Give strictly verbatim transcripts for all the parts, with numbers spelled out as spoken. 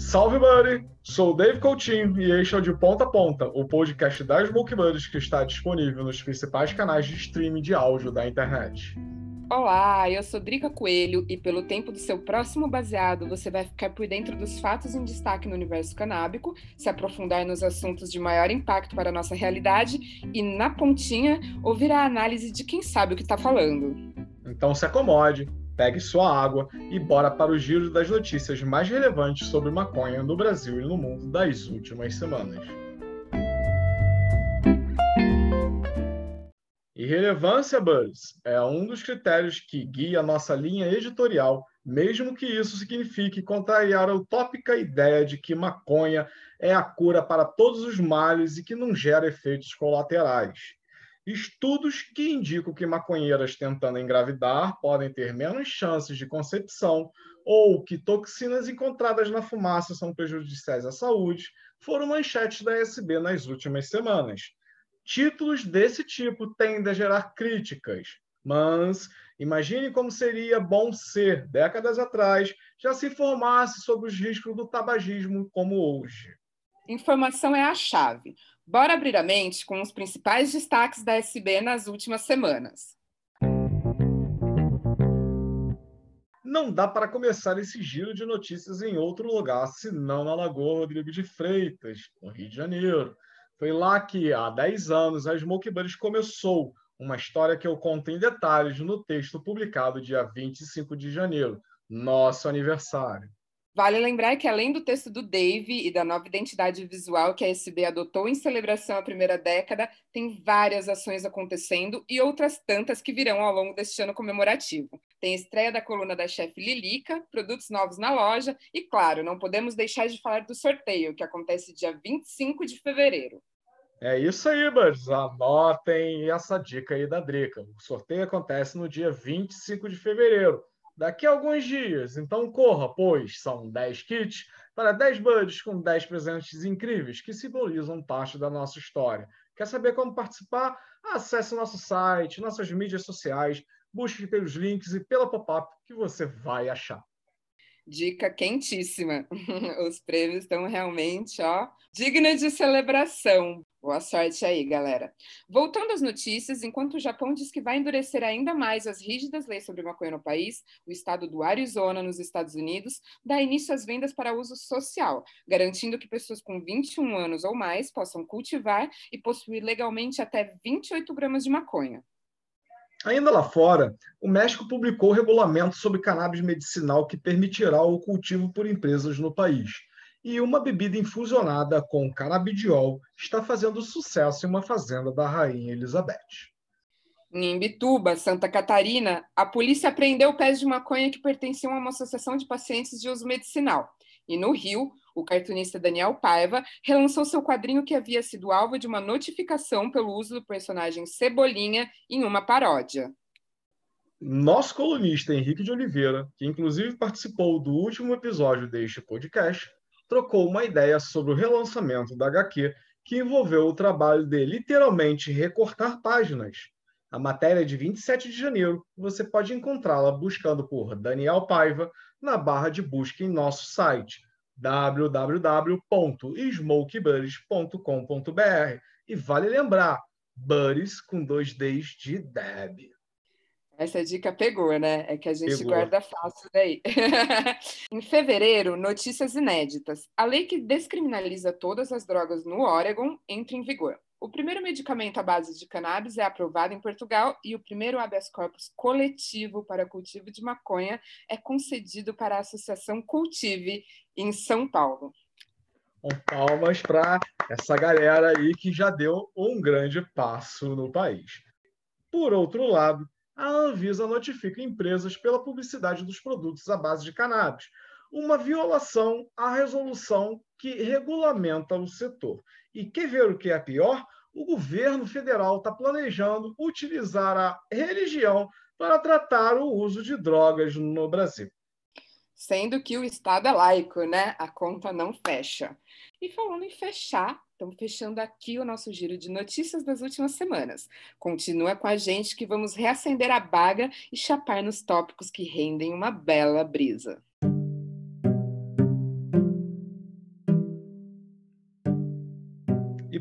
Salve, buddy! Sou o Dave Coutinho e este é o De Ponta a Ponta, o podcast das Smoke Buddies que está disponível nos principais canais de streaming de áudio da internet. Olá, eu sou Drica Coelho e pelo tempo do seu próximo baseado você vai ficar por dentro dos fatos em destaque no universo canábico, se aprofundar nos assuntos de maior impacto para a nossa realidade e, na pontinha, ouvir a análise de quem sabe o que está falando. Então se acomode, pegue sua água e bora para o giro das notícias mais relevantes sobre maconha no Brasil e no mundo das últimas semanas. Irrelevância, Buzz, é um dos critérios que guia a nossa linha editorial, mesmo que isso signifique contrariar a utópica ideia de que maconha é a cura para todos os males e que não gera efeitos colaterais. Estudos que indicam que maconheiras tentando engravidar podem ter menos chances de concepção ou que toxinas encontradas na fumaça são prejudiciais à saúde foram manchetes da S B nas últimas semanas. Títulos desse tipo tendem a gerar críticas, mas imagine como seria bom se, décadas atrás, já se informasse sobre os riscos do tabagismo como hoje. Informação é a chave. Bora abrir a mente com os principais destaques da S B nas últimas semanas. Não dá para começar esse giro de notícias em outro lugar, senão na Lagoa Rodrigo de Freitas, no Rio de Janeiro. Foi lá que, há dez anos, a Smoke Buddies começou, uma história que eu conto em detalhes no texto publicado dia vinte e cinco de janeiro, nosso aniversário. Vale lembrar que, além do texto do Dave e da nova identidade visual que a S B adotou em celebração à primeira década, tem várias ações acontecendo e outras tantas que virão ao longo deste ano comemorativo. Tem estreia da coluna da chefe Lilica, produtos novos na loja e, claro, não podemos deixar de falar do sorteio, que acontece dia vinte e cinco de fevereiro. É isso aí, buds. Anotem essa dica aí da Drica. O sorteio acontece no dia vinte e cinco de fevereiro. Daqui a alguns dias, então corra, pois são dez kits para dez buds com dez presentes incríveis que simbolizam parte da nossa história. Quer saber como participar? Acesse nosso site, nossas mídias sociais, busque pelos links e pela pop-up que você vai achar. Dica quentíssima. Os prêmios estão realmente, ó, dignos de celebração. Boa sorte aí, galera. Voltando às notícias, enquanto o Japão diz que vai endurecer ainda mais as rígidas leis sobre maconha no país, o estado do Arizona, nos Estados Unidos, dá início às vendas para uso social, garantindo que pessoas com vinte e um anos ou mais possam cultivar e possuir legalmente até vinte e oito gramas de maconha. Ainda lá fora, o México publicou o regulamento sobre cannabis medicinal que permitirá o cultivo por empresas no país. E uma bebida infusionada com canabidiol está fazendo sucesso em uma fazenda da Rainha Elizabeth. Em Imbituba, Santa Catarina, a polícia apreendeu pés de maconha que pertenciam a uma associação de pacientes de uso medicinal. E no Rio, o cartunista Daniel Paiva relançou seu quadrinho que havia sido alvo de uma notificação pelo uso do personagem Cebolinha em uma paródia. Nosso colunista Henrique de Oliveira, que inclusive participou do último episódio deste podcast, trocou uma ideia sobre o relançamento da agá quê que envolveu o trabalho de literalmente recortar páginas. A matéria é de vinte e sete de janeiro, você pode encontrá-la buscando por Daniel Paiva na barra de busca em nosso site w w w ponto smoke buddies ponto com ponto b r e vale lembrar, Buddies com dois Ds de Deb. Essa dica pegou, né? É que a gente Pegou. guarda fácil daí. Em fevereiro, notícias inéditas. A lei que descriminaliza todas as drogas no Oregon entra em vigor. O primeiro medicamento à base de cannabis é aprovado em Portugal e o primeiro habeas corpus coletivo para cultivo de maconha é concedido para a Associação Cultive, em São Paulo. Com palmas para essa galera aí que já deu um grande passo no país. Por outro lado, a Anvisa notifica empresas pela publicidade dos produtos à base de cannabis, uma violação à resolução que regulamenta o setor. E quer ver o que é pior? O governo federal está planejando utilizar a religião para tratar o uso de drogas no Brasil. Sendo que o Estado é laico, né? A conta não fecha. E falando em fechar, estamos fechando aqui o nosso giro de notícias das últimas semanas. Continua com a gente que vamos reacender a baga e chapar nos tópicos que rendem uma bela brisa.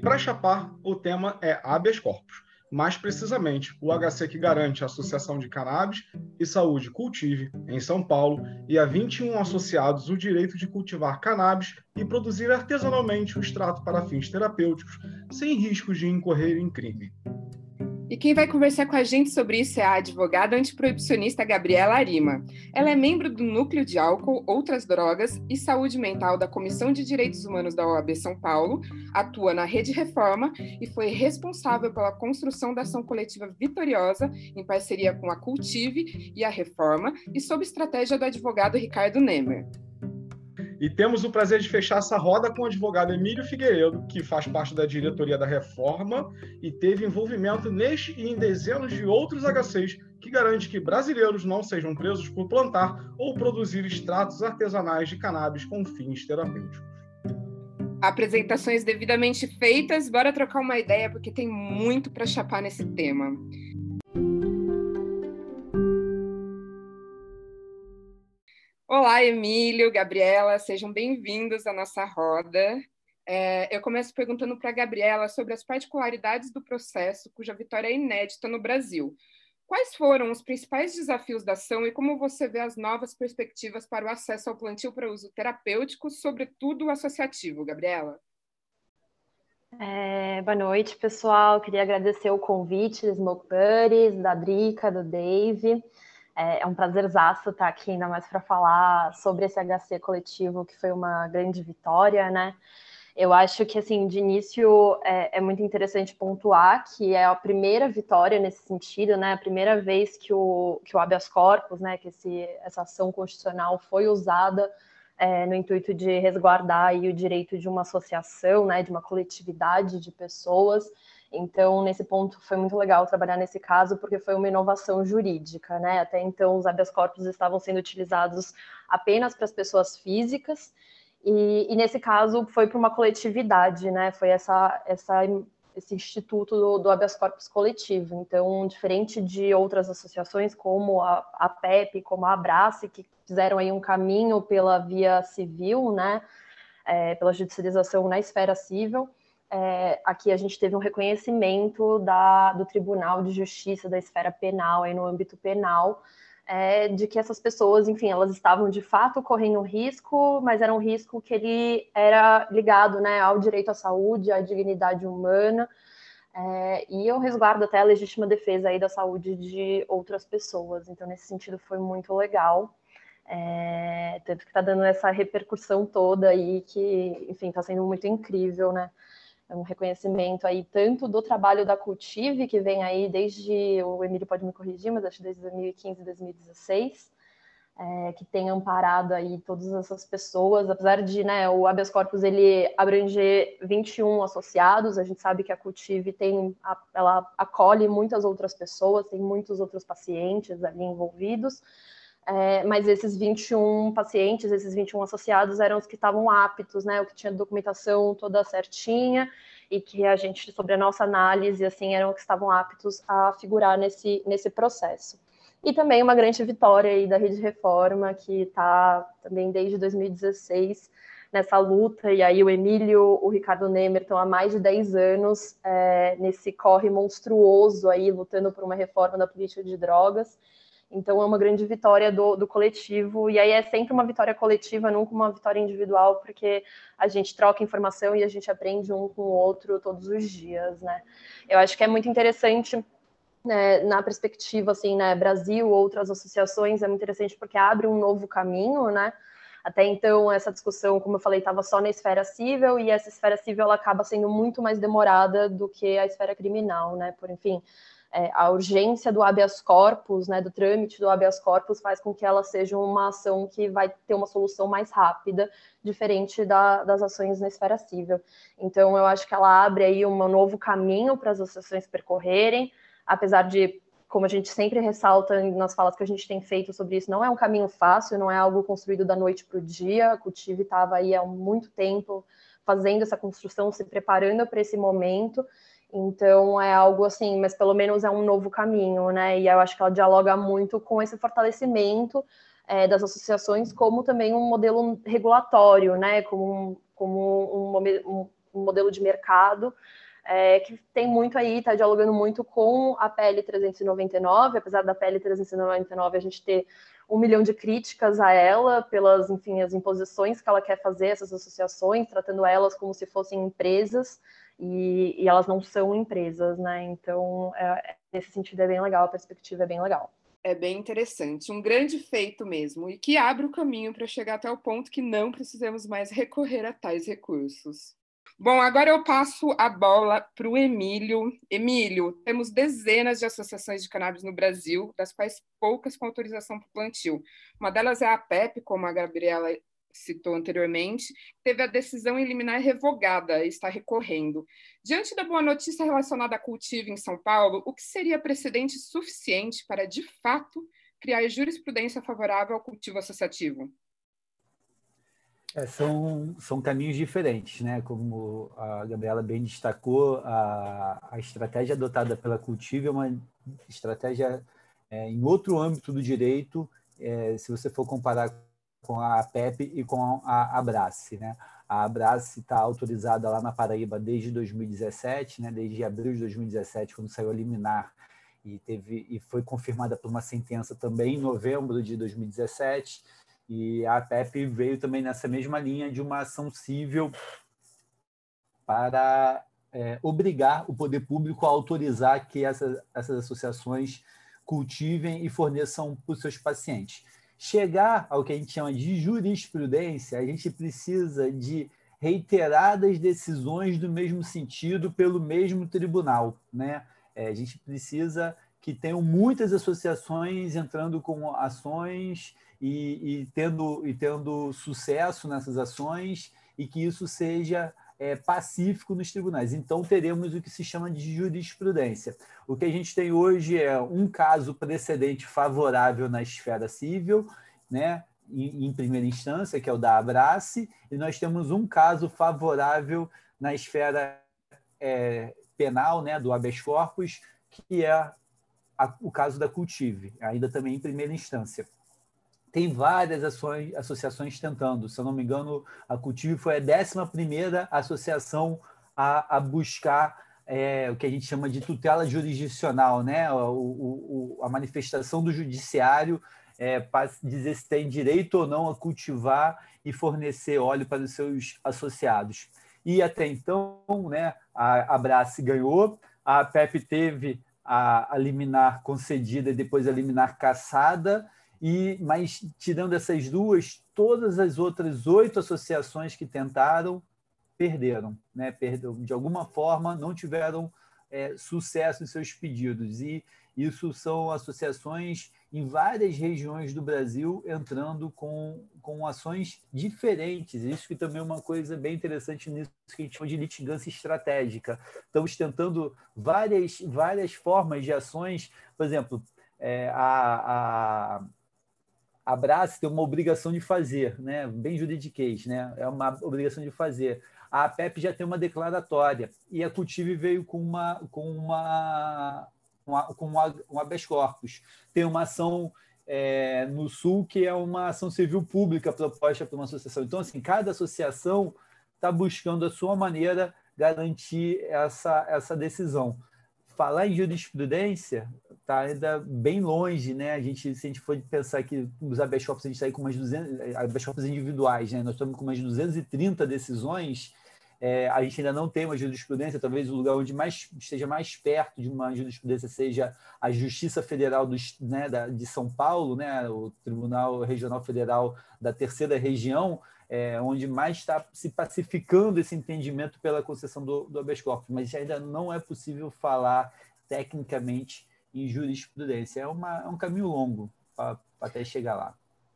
para chapar, o tema é habeas corpus. Mais precisamente, o H C que garante a Associação de Cannabis e Saúde Cultive, em São Paulo, e a vinte e um associados o direito de cultivar cannabis e produzir artesanalmente o extrato para fins terapêuticos, sem riscos de incorrer em crime. E quem vai conversar com a gente sobre isso é a advogada antiproibicionista Gabriela Arima. Ela é membro do Núcleo de Álcool, Outras Drogas e Saúde Mental da Comissão de Direitos Humanos da O A B São Paulo, atua na Rede Reforma e foi responsável pela construção da ação coletiva vitoriosa em parceria com a Cultive e a Reforma e sob estratégia do advogado Ricardo Nemer. E temos o prazer de fechar essa roda com o advogado Emílio Figueiredo, que faz parte da diretoria da Reforma e teve envolvimento neste e em dezenas de outros H Cs que garante que brasileiros não sejam presos por plantar ou produzir extratos artesanais de cannabis com fins terapêuticos. Apresentações devidamente feitas, bora trocar uma ideia porque tem muito para chapar nesse tema. Olá, Emílio, Gabriela, sejam bem-vindos à nossa roda. É, eu começo perguntando para a Gabriela sobre as particularidades do processo, cuja vitória é inédita no Brasil. Quais foram os principais desafios da ação e como você vê as novas perspectivas para o acesso ao plantio para uso terapêutico, sobretudo associativo, Gabriela? É, boa noite, pessoal. Queria agradecer o convite dos Smoke Buddies, da Drica, do Dave. É um prazerzaço estar aqui, ainda mais para falar sobre esse H C coletivo, que foi uma grande vitória, né? Eu acho que, assim, de início, é, é muito interessante pontuar que é a primeira vitória nesse sentido, né? A primeira vez que o, que o habeas corpus, né? Que esse, essa ação constitucional foi usada é, no intuito de resguardar aí o direito de uma associação, né? De uma coletividade de pessoas. Então, nesse ponto, foi muito legal trabalhar nesse caso, porque foi uma inovação jurídica, né? Até então, os habeas corpus estavam sendo utilizados apenas para as pessoas físicas, e, e nesse caso, foi para uma coletividade, né? Foi essa, essa, esse instituto do, do habeas corpus coletivo. Então, diferente de outras associações, como a, a P E P, como a Abrace, que fizeram aí um caminho pela via civil, né? É, pela judicialização na esfera civil, É, aqui a gente teve um reconhecimento da, do Tribunal de Justiça da esfera penal, aí no âmbito penal, é, de que essas pessoas, enfim, elas estavam de fato correndo risco, mas era um risco que ele era ligado, né, ao direito à saúde, à dignidade humana, é, e ao resguardo até a legítima defesa aí da saúde de outras pessoas. Então, nesse sentido, foi muito legal. É, tanto que está dando essa repercussão toda aí que, enfim, está sendo muito incrível, né? É um reconhecimento aí tanto do trabalho da Cultive, que vem aí desde, o Emílio pode me corrigir, mas acho que desde dois mil e quinze, dois mil e dezesseis, é, que tem amparado aí todas essas pessoas, apesar de, né, o habeas corpus ele abranger vinte e um associados, a gente sabe que a Cultive tem, ela acolhe muitas outras pessoas, tem muitos outros pacientes ali envolvidos, É, mas esses vinte e um pacientes, esses vinte e um associados eram os que estavam aptos, né, o que tinha documentação toda certinha e que a gente, sobre a nossa análise, assim, eram os que estavam aptos a figurar nesse, nesse processo. E também uma grande vitória aí da Rede Reforma, que está também desde dois mil e dezesseis nessa luta, e aí o Emílio, o Ricardo Nemer estão há mais de dez anos é, nesse corre monstruoso aí, lutando por uma reforma da política de drogas. Então, é uma grande vitória do, do coletivo, e aí é sempre uma vitória coletiva, nunca uma vitória individual, porque a gente troca informação e a gente aprende um com o outro todos os dias, né? Eu acho que é muito interessante, né, na perspectiva, assim, né, Brasil, outras associações, é muito interessante porque abre um novo caminho, né? Até então, essa discussão, como eu falei, estava só na esfera civil, e essa esfera civil ela acaba sendo muito mais demorada do que a esfera criminal, né? Por, enfim... É, a urgência do habeas corpus, né, do trâmite do habeas corpus, faz com que ela seja uma ação que vai ter uma solução mais rápida, diferente da, das ações na esfera civil. Então, eu acho que ela abre aí um novo caminho para as associações percorrerem, apesar de, como a gente sempre ressalta nas falas que a gente tem feito sobre isso, não é um caminho fácil, não é algo construído da noite para o dia. A Cultive estava aí há muito tempo fazendo essa construção, se preparando para esse momento. Então, é algo assim, mas pelo menos é um novo caminho, né? E eu acho que ela dialoga muito com esse fortalecimento é, das associações, como também um modelo regulatório, né? Como um, como um, um, um modelo de mercado, é, que tem muito aí, está dialogando muito com a P L trezentos e noventa e nove, apesar da P L trezentos e noventa e nove a gente ter um milhão de críticas a ela pelas, enfim, as imposições que ela quer fazer, essas associações, tratando elas como se fossem empresas, e, e elas não são empresas, né? Então, é, nesse sentido é bem legal, a perspectiva é bem legal. É bem interessante, um grande feito mesmo, e que abre o caminho para chegar até o ponto que não precisamos mais recorrer a tais recursos. Bom, agora eu passo a bola para o Emílio. Emílio, temos dezenas de associações de cannabis no Brasil, das quais poucas com autorização para o plantio. Uma delas é a P E P, como a Gabriela citou anteriormente, teve a decisão em liminar revogada e está recorrendo. Diante da boa notícia relacionada a cultivo em São Paulo, o que seria precedente suficiente para, de fato, criar jurisprudência favorável ao cultivo associativo? É, são, são caminhos diferentes, né? Como a Gabriela bem destacou, a, a estratégia adotada pela Cultive é uma estratégia é, em outro âmbito do direito, é, se você for comparar com a P E P e com a Abrace, né? A Abrace está autorizada lá na Paraíba desde dois mil e dezessete, né? Desde abril de dois mil e dezessete, quando saiu a liminar, e, teve, e foi confirmada por uma sentença também em novembro de dois mil e dezessete, e a P E P veio também nessa mesma linha de uma ação civil para é, obrigar o poder público a autorizar que essa, essas associações cultivem e forneçam para os seus pacientes. Chegar ao que a gente chama de jurisprudência, a gente precisa de reiteradas decisões do mesmo sentido pelo mesmo tribunal, né? É, a gente precisa que tenham muitas associações entrando com ações e, e, tendo, e tendo sucesso nessas ações, e que isso seja é, pacífico nos tribunais. Então, teremos o que se chama de jurisprudência. O que a gente tem hoje é um caso precedente favorável na esfera civil, né, em, em primeira instância, que é o da Abrace, e nós temos um caso favorável na esfera é, penal, né, do habeas corpus, que é a, o caso da Cultive, ainda também em primeira instância. Tem várias ações, associações tentando. Se eu não me engano, a Cultive foi a décima primeira associação a, a buscar é, o que a gente chama de tutela jurisdicional, né? o, o, a manifestação do judiciário é, para dizer se tem direito ou não a cultivar e fornecer óleo para os seus associados. E até então, né, a Abrace ganhou, a P E P teve a, a liminar concedida e depois a liminar cassada, e, mas, tirando essas duas, todas as outras oito associações que tentaram, perderam, né? Perderam, de alguma forma, não tiveram é, sucesso em seus pedidos. E isso são associações em várias regiões do Brasil entrando com, com ações diferentes. Isso que também é uma coisa bem interessante nisso que a gente chama de litigância estratégica. Estamos tentando várias, várias formas de ações. Por exemplo, é, a... a A Abrace tem uma obrigação de fazer, né? Bem juridiquês, né? É uma obrigação de fazer. A P E P já tem uma declaratória, e a Cultive veio com uma com uma, uma com uma, um habeas corpus. Tem uma ação é, no Sul que é uma ação civil pública proposta por uma associação. Então, assim, cada associação está buscando a sua maneira garantir essa, essa decisão. Falar em jurisprudência está ainda bem longe, né? A gente, se a gente for pensar que os habeas corpus, a gente está aí com umas duzentas, habeas corpus individuais, né? Nós estamos com umas duzentas e trinta decisões, é, a gente ainda não tem uma jurisprudência. Talvez o lugar onde mais esteja mais perto de uma jurisprudência seja a Justiça Federal do, né, da, de São Paulo, né? O Tribunal Regional Federal da Terceira Região, é, onde mais está se pacificando esse entendimento pela concessão do, do habeas corpus, mas ainda não é possível falar tecnicamente em jurisprudência. É, uma, é um caminho longo para até chegar lá.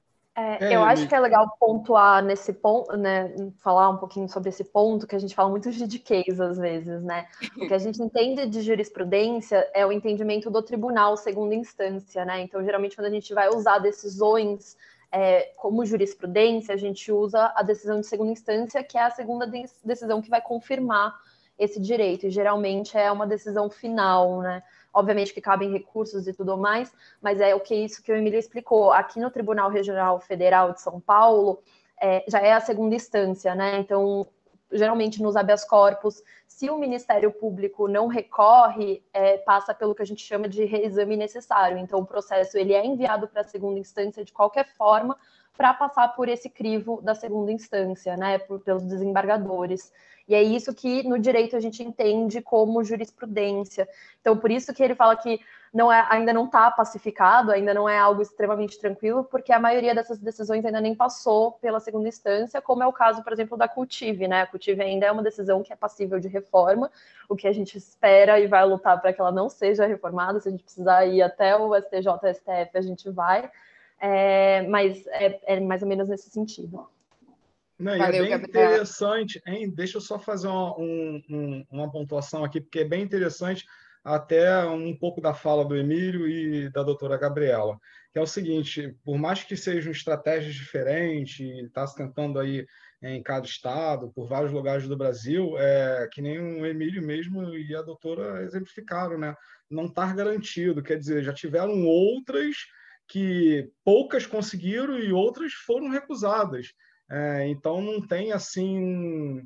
É, é, eu acho que é legal pontuar nesse ponto, né, falar um pouquinho sobre esse ponto, que a gente fala muito de case às vezes, né? O que a gente entende de jurisprudência é o entendimento do tribunal segunda instância, né? Então, geralmente, quando a gente vai usar decisões é, como jurisprudência, a gente usa a decisão de segunda instância, que é a segunda decisão que vai confirmar esse direito, e geralmente é uma decisão final, né? Obviamente que cabem recursos e tudo mais, mas é o que isso que o Emílio explicou. Aqui no Tribunal Regional Federal de São Paulo, é, já é a segunda instância, né? Então, geralmente nos habeas corpus, se o Ministério Público não recorre, é, passa pelo que a gente chama de reexame necessário. Então, o processo ele é enviado para a segunda instância de qualquer forma, para passar por esse crivo da segunda instância, né, por, pelos desembargadores. E é isso que no direito a gente entende como jurisprudência. Então, por isso que ele fala que não é, ainda não está pacificado, ainda não é algo extremamente tranquilo, porque a maioria dessas decisões ainda nem passou pela segunda instância, como é o caso, por exemplo, da Cultive, né? A Cultive ainda é uma decisão que é passível de reforma, o que a gente espera e vai lutar para que ela não seja reformada. Se a gente precisar ir até o S T J, S T F, a gente vai. É, mas é, é mais ou menos nesse sentido. Não, e Valeu, é bem Gabriela. interessante, hein? Deixa eu só fazer uma, um, um, uma pontuação aqui, porque é bem interessante até um pouco da fala do Emílio e da doutora Gabriela, que é o seguinte: por mais que sejam estratégias diferentes, está se tentando aí em cada estado, por vários lugares do Brasil, é, que nem o Emílio mesmo e a doutora exemplificaram, né? Não está garantido, quer dizer, já tiveram outras que poucas conseguiram e outras foram recusadas. É, então, não tem assim um,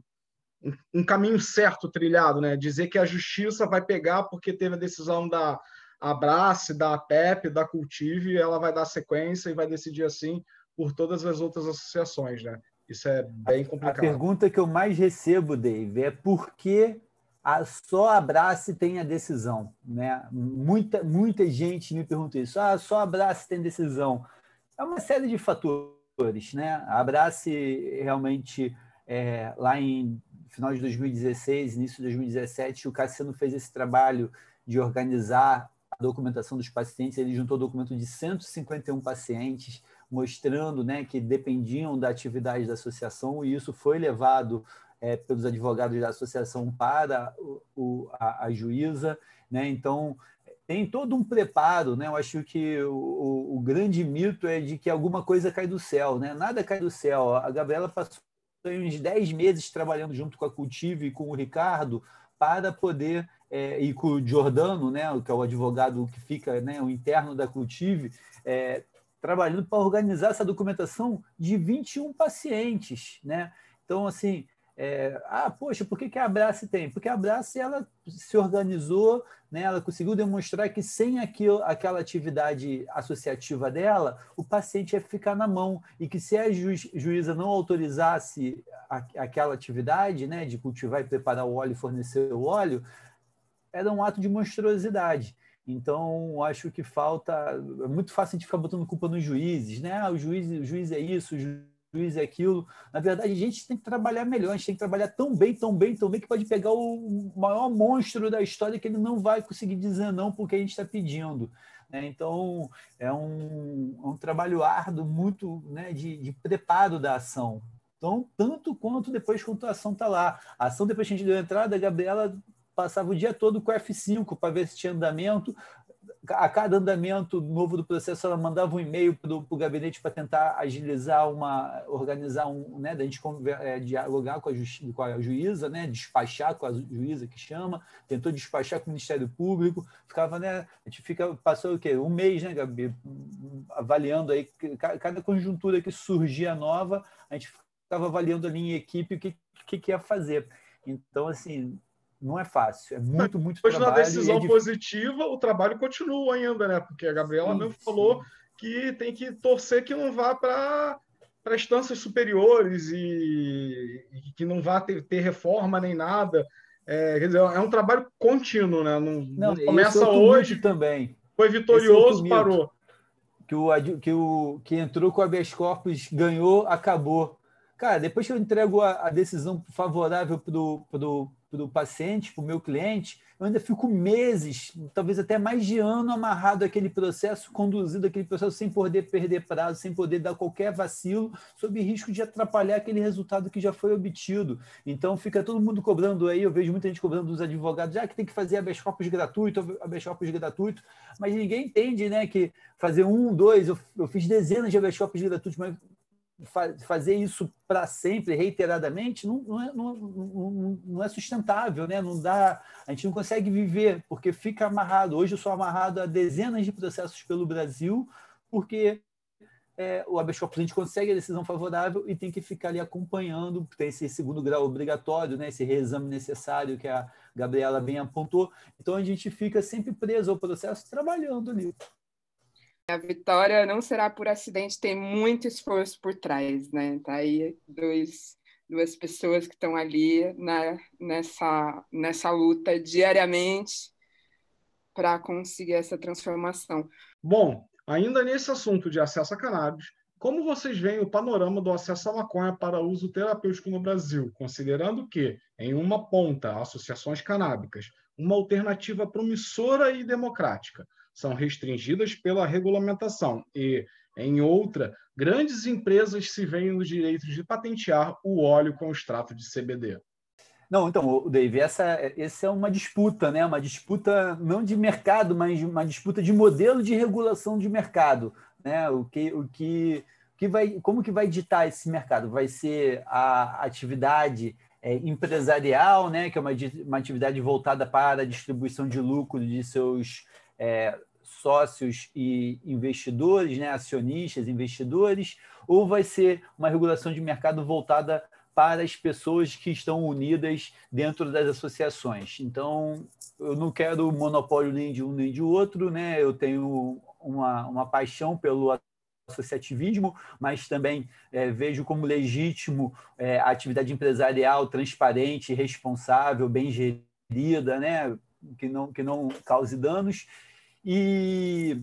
um caminho certo trilhado, né? Dizer que a justiça vai pegar porque teve a decisão da Abrace, da APEP, da Cultive, ela vai dar sequência e vai decidir assim por todas as outras associações, né? Isso é bem complicado. A pergunta que eu mais recebo, Dave, é por que a, só a Abrace tem a decisão, né? Muita, muita gente me pergunta isso. Ah, só a Abrace tem decisão. É uma série de fatores, né? A Abrace realmente, é, lá em final de dois mil e dezesseis, início de dois mil e dezessete, o Cassiano fez esse trabalho de organizar a documentação dos pacientes. Ele juntou documento de cento e cinquenta e um pacientes, mostrando, né, que dependiam da atividade da associação, e isso foi levado é, pelos advogados da associação para o, o, a, a juíza, né? Então, tem todo um preparo, né? Eu acho que o, o grande mito é de que alguma coisa cai do céu, né? Nada cai do céu. A Gabriela passou uns dez meses trabalhando junto com a Cultive e com o Ricardo para poder, é, e com o Giordano, né, que é o advogado que fica, né, o interno da Cultive, é, trabalhando para organizar essa documentação de vinte e um pacientes, né? Então, assim, é, ah, poxa, por que, que a Abrace tem? Porque a Abrace, ela se organizou, né, ela conseguiu demonstrar que sem aquilo, aquela atividade associativa dela, o paciente ia ficar na mão, e que se a ju, juíza não autorizasse a, aquela atividade, né, de cultivar e preparar o óleo e fornecer o óleo, era um ato de monstruosidade. Então, acho que falta... É muito fácil a gente ficar botando culpa nos juízes, né? Ah, o juiz, o juiz é isso, o juiz é aquilo. Na verdade, a gente tem que trabalhar melhor, a gente tem que trabalhar tão bem, tão bem, tão bem, que pode pegar o maior monstro da história que ele não vai conseguir dizer não porque a gente está pedindo. Né? Então, é um, é um trabalho árduo, muito, né, de, de preparo da ação. Então, tanto quanto depois quanto a ação está lá. A ação, depois que a gente deu a entrada, a Gabriela passava o dia todo com o F cinco para ver se tinha andamento. A cada andamento novo do processo, ela mandava um e-mail para o gabinete para tentar agilizar, uma, organizar um, né, da gente é, dialogar com a, justi- com a juíza, né, despachar com a juíza, que chama, tentou despachar com o Ministério Público, ficava, né, a gente fica, passou o quê? Um mês, né, Gabi, avaliando aí, cada conjuntura que surgia nova, a gente ficava avaliando ali em equipe o que, que, que ia fazer. Então, assim, não é fácil, é muito, muito Depois trabalho. da decisão é positiva, o trabalho continua ainda, né? Porque a Gabriela sim, mesmo sim. falou que tem que torcer que não vá para para instâncias superiores e, e que não vá ter, ter reforma nem nada. É, quer dizer, é um trabalho contínuo, né? Não, Não, não esse é começa outro hoje, mito também. foi Esse é outro vitorioso, mito. parou. Que o, que o que entrou com o habeas corpus ganhou, acabou. Cara, depois que eu entrego a, a decisão favorável para o paciente, para o meu cliente, eu ainda fico meses, talvez até mais de ano, amarrado àquele processo, conduzido aquele processo sem poder perder prazo, sem poder dar qualquer vacilo, sob risco de atrapalhar aquele resultado que já foi obtido. Então, fica todo mundo cobrando aí, eu vejo muita gente cobrando dos advogados, já que tem que fazer habeas corpus gratuito, habeas corpus gratuito, mas ninguém entende, né, que fazer um, dois, eu, eu fiz dezenas de habeas corpus gratuitos, mas fazer isso para sempre, reiteradamente, não, não, é, não, não, não é sustentável, né? Não dá, a gente não consegue viver, porque fica amarrado. Hoje eu sou amarrado a dezenas de processos pelo Brasil, porque é, o habeas corpus a gente consegue a decisão favorável e tem que ficar ali acompanhando, tem esse segundo grau obrigatório, né, esse reexame necessário que a Gabriela bem apontou. Então, a gente fica sempre preso ao processo, trabalhando ali. A vitória não será por acidente, tem muito esforço por trás, né? Tá aí dois, duas pessoas que estão ali na, nessa, nessa luta diariamente para conseguir essa transformação. Bom, ainda nesse assunto de acesso a cannabis, como vocês veem o panorama do acesso à maconha para uso terapêutico no Brasil, considerando que, em uma ponta, associações canábicas, uma alternativa promissora e democrática, são restringidas pela regulamentação e, em outra, grandes empresas se veem no direito de patentear o óleo com extrato de C B D? Não, então, Dave, essa, essa é uma disputa, né? Uma disputa não de mercado, mas uma disputa de modelo de regulação de mercado, né? O que, o que, que vai, como que vai ditar esse mercado? Vai ser a atividade é, empresarial, né? Que é uma, uma atividade voltada para a distribuição de lucro de seus é, sócios e investidores, né? Acionistas, investidores, ou vai ser uma regulação de mercado voltada para as pessoas que estão unidas dentro das associações. Então, eu não quero monopólio nem de um nem de outro, né? Eu tenho uma, uma paixão pelo associativismo, mas também é, vejo como legítimo é, a atividade empresarial transparente, responsável, bem gerida, né? Que não, que não cause danos. E,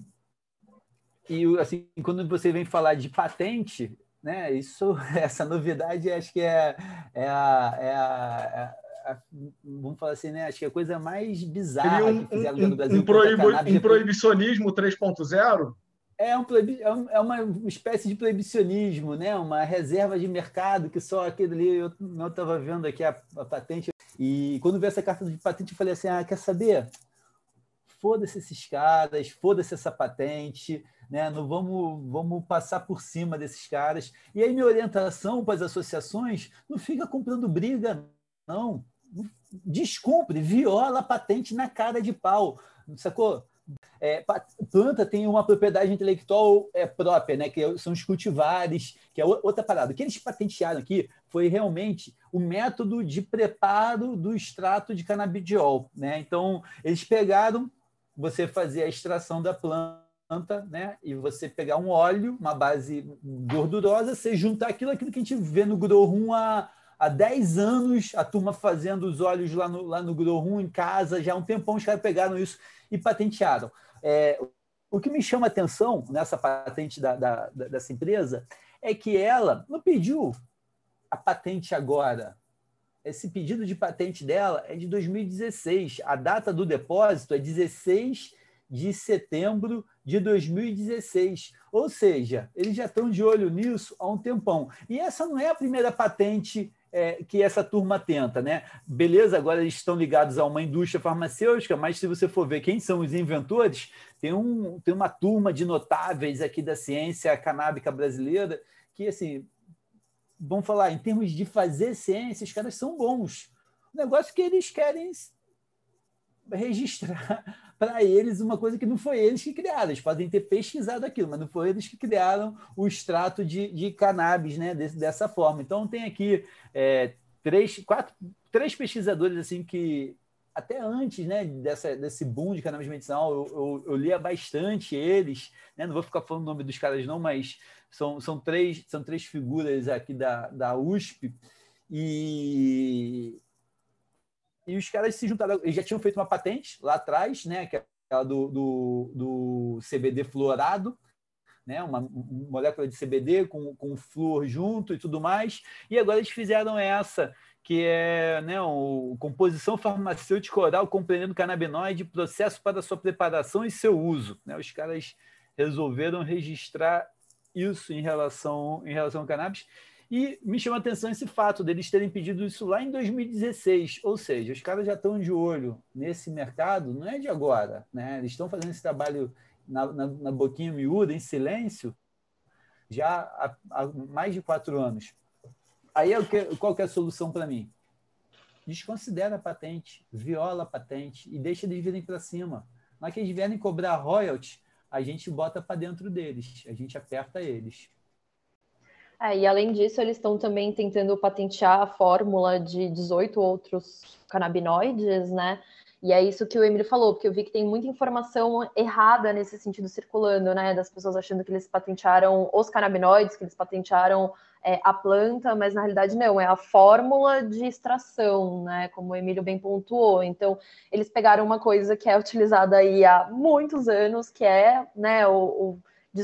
e assim, quando você vem falar de patente, né? Isso, essa novidade, acho que é, é, a, é, a, é a, vamos falar assim, né? Acho que é a coisa mais bizarra um, que fizeram um, no Brasil. Um, proibo, um proibicionismo três ponto zero? É, um, é uma espécie de proibicionismo, né? Uma reserva de mercado que só aquele ali, eu não estava vendo aqui a, a patente, e quando vi essa carta de patente, eu falei assim, ah, quer saber? Foda-se esses caras, foda-se essa patente, né? Não vamos, vamos passar por cima desses caras. E aí minha orientação para as associações, não fica comprando briga, não. Descumpre, viola a patente na cara de pau, sacou? É, planta tem uma propriedade intelectual é, própria, né? Que são os cultivares, que é outra parada. O que eles patentearam aqui foi realmente o método de preparo do extrato de canabidiol, né? Então, eles pegaram, você fazer a extração da planta, né? E você pegar um óleo, uma base gordurosa, você juntar aquilo, aquilo que a gente vê no Grow Room há, há dez anos, a turma fazendo os óleos lá no, lá no Grow Room em casa, já há um tempão os caras pegaram isso e patentearam. É, o que me chama a atenção nessa patente da, da, dessa empresa é que ela não pediu a patente agora. Esse pedido de patente dela é de dois mil e dezesseis. A data do depósito é dezesseis de setembro de dois mil e dezesseis. Ou seja, eles já estão de olho nisso há um tempão. E essa não é a primeira patente é, que essa turma tenta, né? Beleza, agora eles estão ligados a uma indústria farmacêutica, mas se você for ver quem são os inventores, tem, um, tem uma turma de notáveis aqui da ciência canábica brasileira que, assim, vamos falar, em termos de fazer ciência, os caras são bons. O negócio é que eles querem registrar para eles uma coisa que não foi eles que criaram. Eles podem ter pesquisado aquilo, mas não foi eles que criaram o extrato de, de cannabis, né, desse, dessa forma. Então, tem aqui é, três, quatro, três pesquisadores assim, que, até antes, né, dessa, desse boom de cannabis medicinal, eu, eu, eu lia bastante eles, né, não vou ficar falando o nome dos caras não, mas são, são, três, são três figuras aqui da, da U S P, e... E os caras se juntaram, eles já tinham feito uma patente lá atrás, né, que é aquela do, do, do C B D fluorado, né, uma, uma molécula de C B D com, com flúor junto e tudo mais, e agora eles fizeram essa, que é, né, o, composição farmacêutica oral compreendendo canabinoide, processo para sua preparação e seu uso. Né, os caras resolveram registrar isso em relação, em relação ao cannabis. E me chama a atenção esse fato deles terem pedido isso lá em dois mil e dezesseis, ou seja, os caras já estão de olho nesse mercado, não é de agora, né? Eles estão fazendo esse trabalho na, na, na boquinha miúda, em silêncio, já há, há mais de quatro anos. Aí, qual que é a solução para mim? Desconsidera a patente, viola a patente e deixa eles virem para cima. Na hora que eles vierem cobrar royalty, a gente bota para dentro deles, a gente aperta eles. É, e além disso, eles estão também tentando patentear a fórmula de dezoito outros canabinoides, né? E é isso que o Emílio falou, porque eu vi que tem muita informação errada nesse sentido circulando, né? Das pessoas achando que eles patentearam os canabinoides, que eles patentearam é, a planta, mas na realidade não, é a fórmula de extração, né? Como o Emílio bem pontuou. Então, eles pegaram uma coisa que é utilizada aí há muitos anos, que é, né, o, o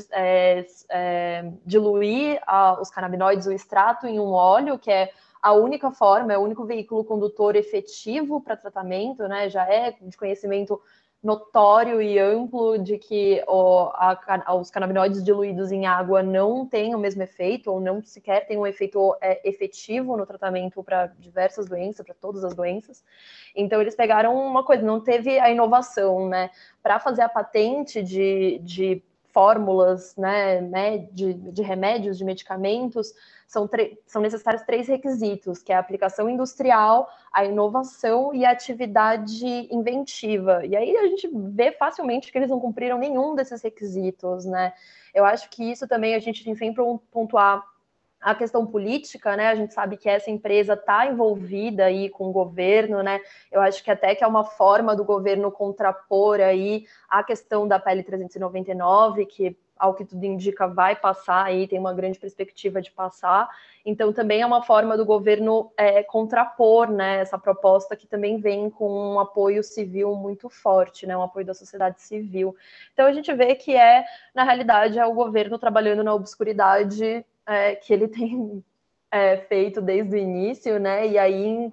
É, é, diluir a, os canabinoides, o extrato, em um óleo, que é a única forma, é o único veículo condutor efetivo para tratamento, né? Já é de conhecimento notório e amplo de que o, a, os canabinoides diluídos em água não têm o mesmo efeito, ou não sequer têm um efeito é, efetivo no tratamento para diversas doenças, para todas as doenças. Então, eles pegaram uma coisa, não teve a inovação, né? Para fazer a patente de, de fórmulas, né, de, de remédios, de medicamentos, são, são necessários três requisitos, que é a aplicação industrial, a inovação e a atividade inventiva. E aí a gente vê facilmente que eles não cumpriram nenhum desses requisitos, né? Eu acho que isso também a gente tem sempre um pontuar a questão política, né? A gente sabe que essa empresa está envolvida aí com o governo, né? Eu acho que até que é uma forma do governo contrapor aí a questão da P L trezentos e noventa e nove, que, ao que tudo indica, vai passar aí, tem uma grande perspectiva de passar. Então, também é uma forma do governo é, contrapor, né, essa proposta que também vem com um apoio civil muito forte, né, um apoio da sociedade civil. Então, a gente vê que é, na realidade, é o governo trabalhando na obscuridade É, que ele tem é, feito desde o início, né? E aí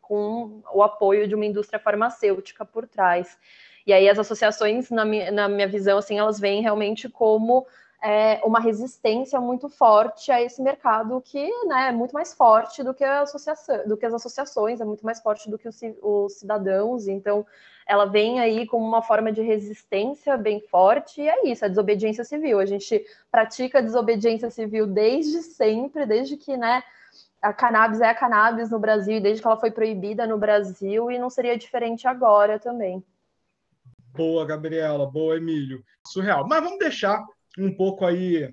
com o apoio de uma indústria farmacêutica por trás. E aí as associações, na minha, na minha visão, assim, elas vêm realmente como é, uma resistência muito forte a esse mercado que, né, é muito mais forte do que, a associação, do que as associações, é muito mais forte do que os, os cidadãos. Então, ela vem aí como uma forma de resistência bem forte, e é isso, a desobediência civil. A gente pratica a desobediência civil desde sempre, desde que, né, a cannabis é a cannabis no Brasil, desde que ela foi proibida no Brasil, e não seria diferente agora também. Boa, Gabriela, boa, Emílio. Surreal. Mas vamos deixar um pouco aí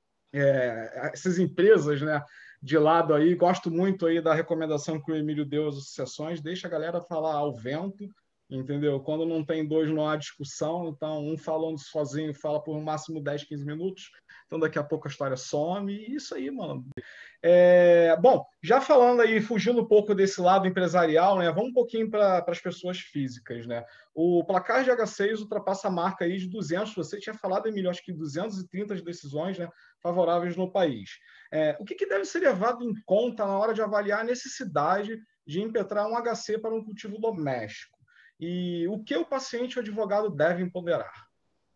é, essas empresas, né, de lado aí. Gosto muito aí da recomendação que o Emílio deu às associações. Deixa a galera falar ao vento, entendeu? Quando não tem dois, não há discussão. Então, um falando sozinho fala por no máximo dez, quinze minutos. Então, daqui a pouco a história some. E isso aí, mano. É, bom, já falando aí, fugindo um pouco desse lado empresarial, né? Vamos um pouquinho para as pessoas físicas, né? O placar de H seis ultrapassa a marca aí de duzentos. Você tinha falado, Emílio, acho que duzentas e trinta decisões, né, favoráveis no país. É, o que, que deve ser levado em conta na hora de avaliar a necessidade de impetrar um H C para um cultivo doméstico? E o que o paciente e o advogado devem ponderar?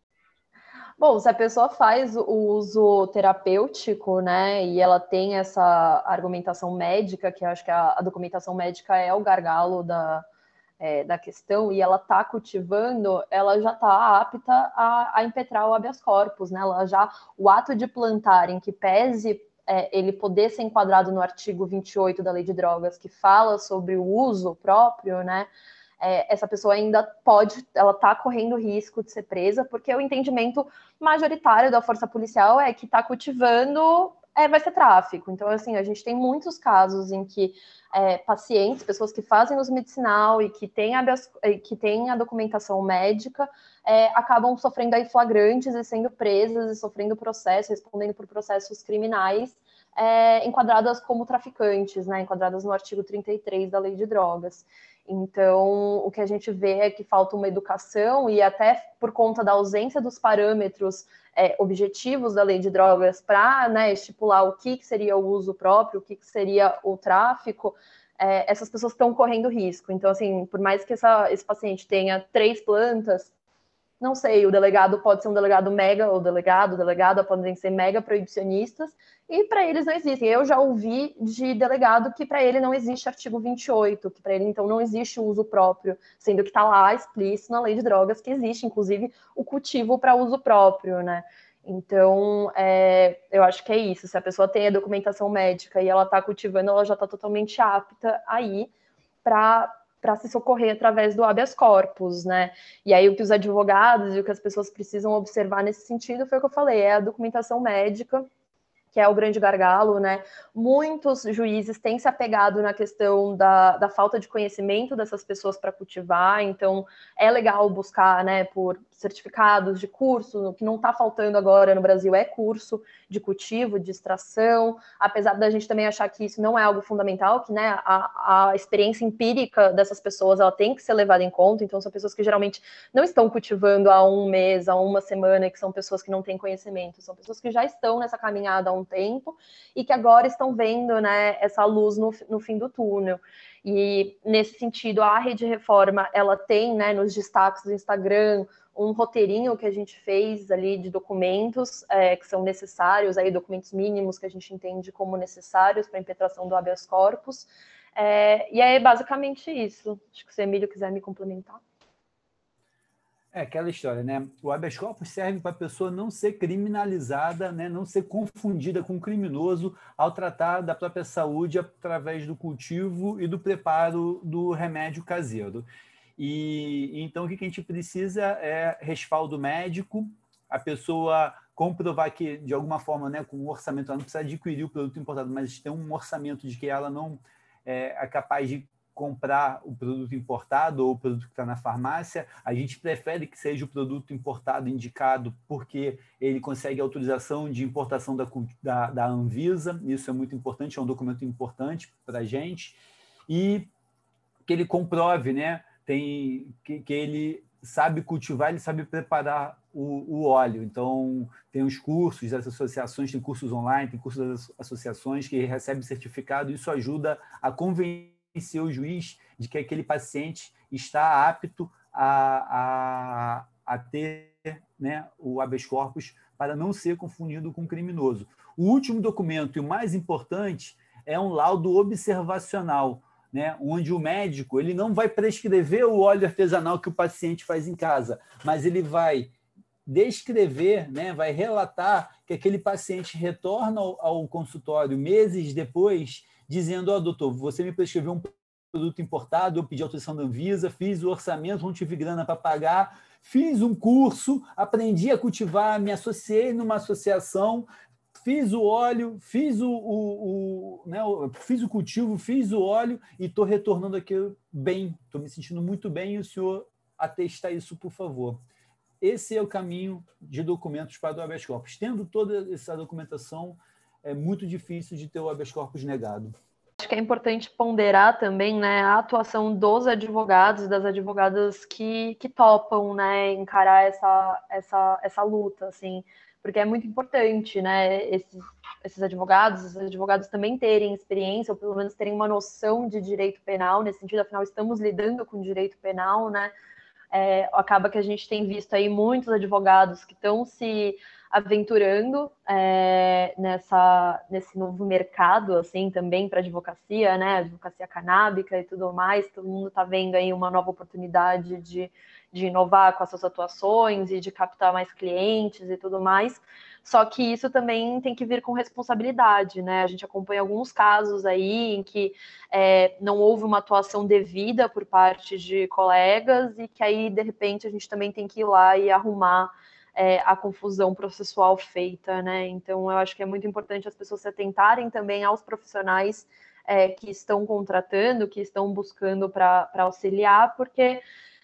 Bom, se a pessoa faz o uso terapêutico, né, e ela tem essa argumentação médica, que eu acho que a, a documentação médica é o gargalo da, é, da questão, e ela está cultivando, ela já está apta a, a impetrar o habeas corpus, né? Ela já, o ato de plantar em que pese é, ele poder ser enquadrado no artigo vinte e oito da Lei de Drogas, que fala sobre o uso próprio, né? É, essa pessoa ainda pode, ela está correndo risco de ser presa, porque o entendimento majoritário da força policial é que está cultivando, é, vai ser tráfico. Então, assim, a gente tem muitos casos em que é, pacientes, pessoas que fazem uso medicinal e que têm a, que têm a documentação médica, é, acabam sofrendo aí flagrantes e sendo presas e sofrendo processos, respondendo por processos criminais, é, enquadradas como traficantes, né, enquadradas no artigo trinta e três da Lei de Drogas. Então, o que a gente vê é que falta uma educação, e até por conta da ausência dos parâmetros é, objetivos da Lei de Drogas para, né, estipular o que, que seria o uso próprio, o que, que seria o tráfico, é, essas pessoas estão correndo risco. Então, assim, por mais que essa, esse paciente tenha três plantas, não sei, o delegado pode ser um delegado mega, ou delegado, delegada podem ser mega proibicionistas, e para eles não existem. Eu já ouvi de delegado que para ele não existe artigo vinte e oito, que para ele, então, não existe o uso próprio, sendo que está lá explícito na Lei de Drogas que existe, inclusive, o cultivo para uso próprio, né? Então, é, eu acho que é isso. Se a pessoa tem a documentação médica e ela está cultivando, ela já está totalmente apta aí para para se socorrer através do habeas corpus, né? E aí o que os advogados e o que as pessoas precisam observar nesse sentido foi o que eu falei, é a documentação médica, que é o grande gargalo, né? Muitos juízes têm se apegado na questão da, da falta de conhecimento dessas pessoas para cultivar, então é legal buscar, né, por certificados de curso. O que não está faltando agora no Brasil é curso de cultivo, de extração, apesar da gente também achar que isso não é algo fundamental, que, né, a, a experiência empírica dessas pessoas, ela tem que ser levada em conta, então são pessoas que geralmente não estão cultivando há um mês, há uma semana, que são pessoas que não têm conhecimento, são pessoas que já estão nessa caminhada há um tempo e que agora estão vendo, né, essa luz no, no fim do túnel. E nesse sentido, a Rede Reforma, ela tem, né, nos destaques do Instagram, um roteirinho que a gente fez ali de documentos é, que são necessários, aí documentos mínimos que a gente entende como necessários para a impetração do habeas corpus. É, e é basicamente isso. Acho que se o Emílio quiser me complementar. É aquela história, né? O habeas corpus serve para a pessoa não ser criminalizada, né? Não ser confundida com um criminoso ao tratar da própria saúde através do cultivo e do preparo do remédio caseiro. E então o que a gente precisa é respaldo médico, a pessoa comprovar que, de alguma forma, né, com o orçamento, ela não precisa adquirir o produto importado, mas tem um orçamento de que ela não é, é capaz de comprar o produto importado ou o produto que está na farmácia. A gente prefere que seja o produto importado indicado porque ele consegue autorização de importação da, da, da Anvisa, isso é muito importante, é um documento importante para a gente, e que ele comprove, né, tem, que, que ele sabe cultivar, ele sabe preparar o, o óleo. Então, tem os cursos das associações, tem cursos online, tem cursos das associações que recebem certificado, isso ajuda a convencer o juiz de que aquele paciente está apto a, a, a ter, né, o habeas corpus para não ser confundido com criminoso. O último documento, e o mais importante, é um laudo observacional, né, onde o médico ele não vai prescrever o óleo artesanal que o paciente faz em casa, mas ele vai descrever, né, vai relatar que aquele paciente retorna ao, ao consultório meses depois, dizendo: ó, oh, doutor, você me prescreveu um produto importado, eu pedi autorização da Anvisa, fiz o orçamento, não tive grana para pagar, fiz um curso, aprendi a cultivar, me associei numa associação, fiz o óleo, fiz o, o, o, né, fiz o cultivo, fiz o óleo e estou retornando aqui bem, estou me sentindo muito bem e o senhor atesta isso, por favor. Esse é o caminho de documentos para o habeas corpus. Tendo toda essa documentação, é muito difícil de ter o habeas corpus negado. Acho que é importante ponderar também, né, a atuação dos advogados e das advogadas que, que topam, né, encarar essa, essa, essa luta, assim, porque é muito importante, né, esses, esses advogados, esses advogados também terem experiência, ou pelo menos terem uma noção de direito penal, nesse sentido, afinal, estamos lidando com direito penal, né, é, acaba que a gente tem visto aí muitos advogados que estão se aventurando é, nessa, nesse novo mercado, assim, também para advocacia, né, advocacia canábica e tudo mais, todo mundo está vendo aí uma nova oportunidade de, de inovar com essas atuações e de captar mais clientes e tudo mais, só que isso também tem que vir com responsabilidade, né, a gente acompanha alguns casos aí em que é, não houve uma atuação devida por parte de colegas e que aí, de repente, a gente também tem que ir lá e arrumar É, a confusão processual feita, né? Então, eu acho que é muito importante as pessoas se atentarem também aos profissionais é, que estão contratando, que estão buscando para auxiliar, porque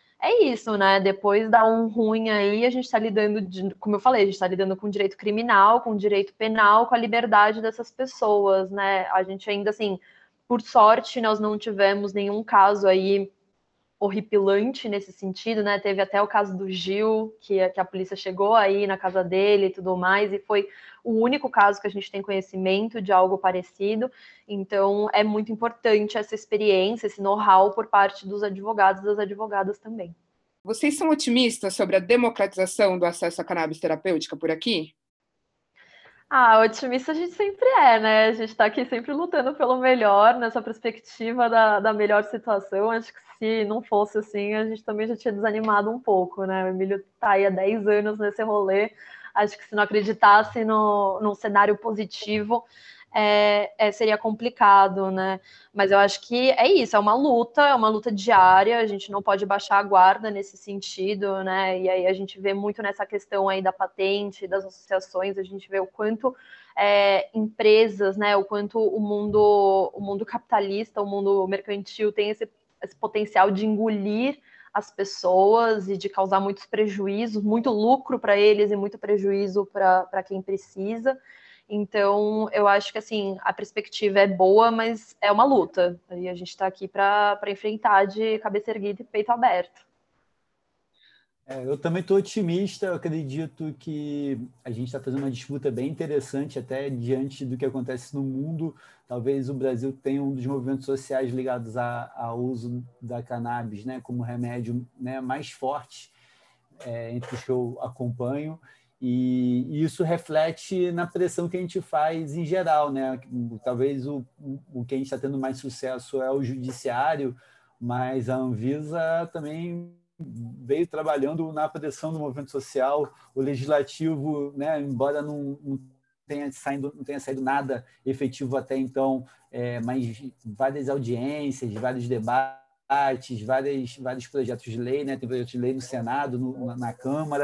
é isso, né? Depois dá um ruim aí, a gente está lidando, de, como eu falei, a gente está lidando com direito criminal, com direito penal, com a liberdade dessas pessoas, né? A gente ainda, assim, por sorte, nós não tivemos nenhum caso aí horripilante nesse sentido, né? Teve até o caso do Gil, que, que a polícia chegou aí na casa dele e tudo mais, e foi o único caso que a gente tem conhecimento de algo parecido. Então, é muito importante essa experiência, esse know-how por parte dos advogados e das advogadas também. Vocês são otimistas sobre a democratização do acesso à cannabis terapêutica por aqui? Ah, otimista a gente sempre é, né? A gente está aqui sempre lutando pelo melhor, nessa perspectiva da, da melhor situação. Acho que se não fosse assim, a gente também já tinha desanimado um pouco, né? O Emílio está aí há dez anos nesse rolê. Acho que se não acreditasse no, num cenário positivo, é, é, seria complicado, né? Mas eu acho que é isso, é uma luta, é uma luta diária, a gente não pode baixar a guarda nesse sentido, né? E aí a gente vê muito nessa questão aí da patente, das associações, a gente vê o quanto é, empresas, né? O quanto o mundo, o mundo capitalista, o mundo mercantil tem esse, esse potencial de engolir as pessoas e de causar muitos prejuízos, muito lucro para eles e muito prejuízo para quem precisa. Então, eu acho que assim, a perspectiva é boa, mas é uma luta. E a gente está aqui para enfrentar de cabeça erguida e peito aberto. É, eu também estou otimista, eu acredito que a gente está fazendo uma disputa bem interessante, até diante do que acontece no mundo. Talvez o Brasil tenha um dos movimentos sociais ligados a, ao uso da cannabis, né, como remédio, né, mais forte é, entre os que eu acompanho. E, e isso reflete na pressão que a gente faz em geral, né? Talvez o, o que a gente está tendo mais sucesso é o judiciário, mas a Anvisa também veio trabalhando na pressão do movimento social, o legislativo, né, embora não, não, tenha saído, não tenha saído nada efetivo até então, é, mas várias audiências, vários debates, várias, vários projetos de lei, né, tem projetos de lei no Senado, no, na, na Câmara,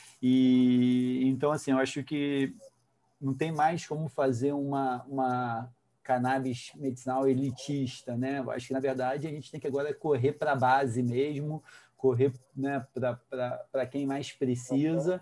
e então, assim, eu acho que não tem mais como fazer uma, uma cannabis medicinal elitista, né? Eu acho que, na verdade, a gente tem que agora correr para a base mesmo, correr, né, para quem mais precisa